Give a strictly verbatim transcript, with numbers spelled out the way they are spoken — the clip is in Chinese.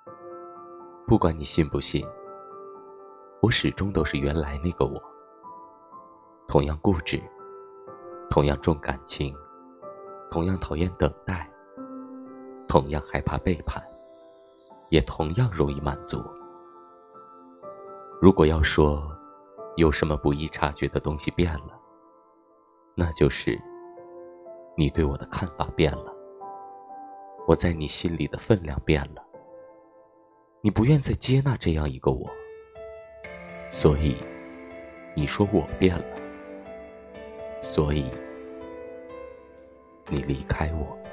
不管你信不信，我始终都是原来那个我，同样固执，同样重感情，同样讨厌等待，同样害怕背叛，也同样容易满足。如果要说有什么不易察觉的东西变了，那就是你对我的看法变了，我在你心里的分量变了，你不愿再接纳这样一个我，所以你说我变了，所以你离开我。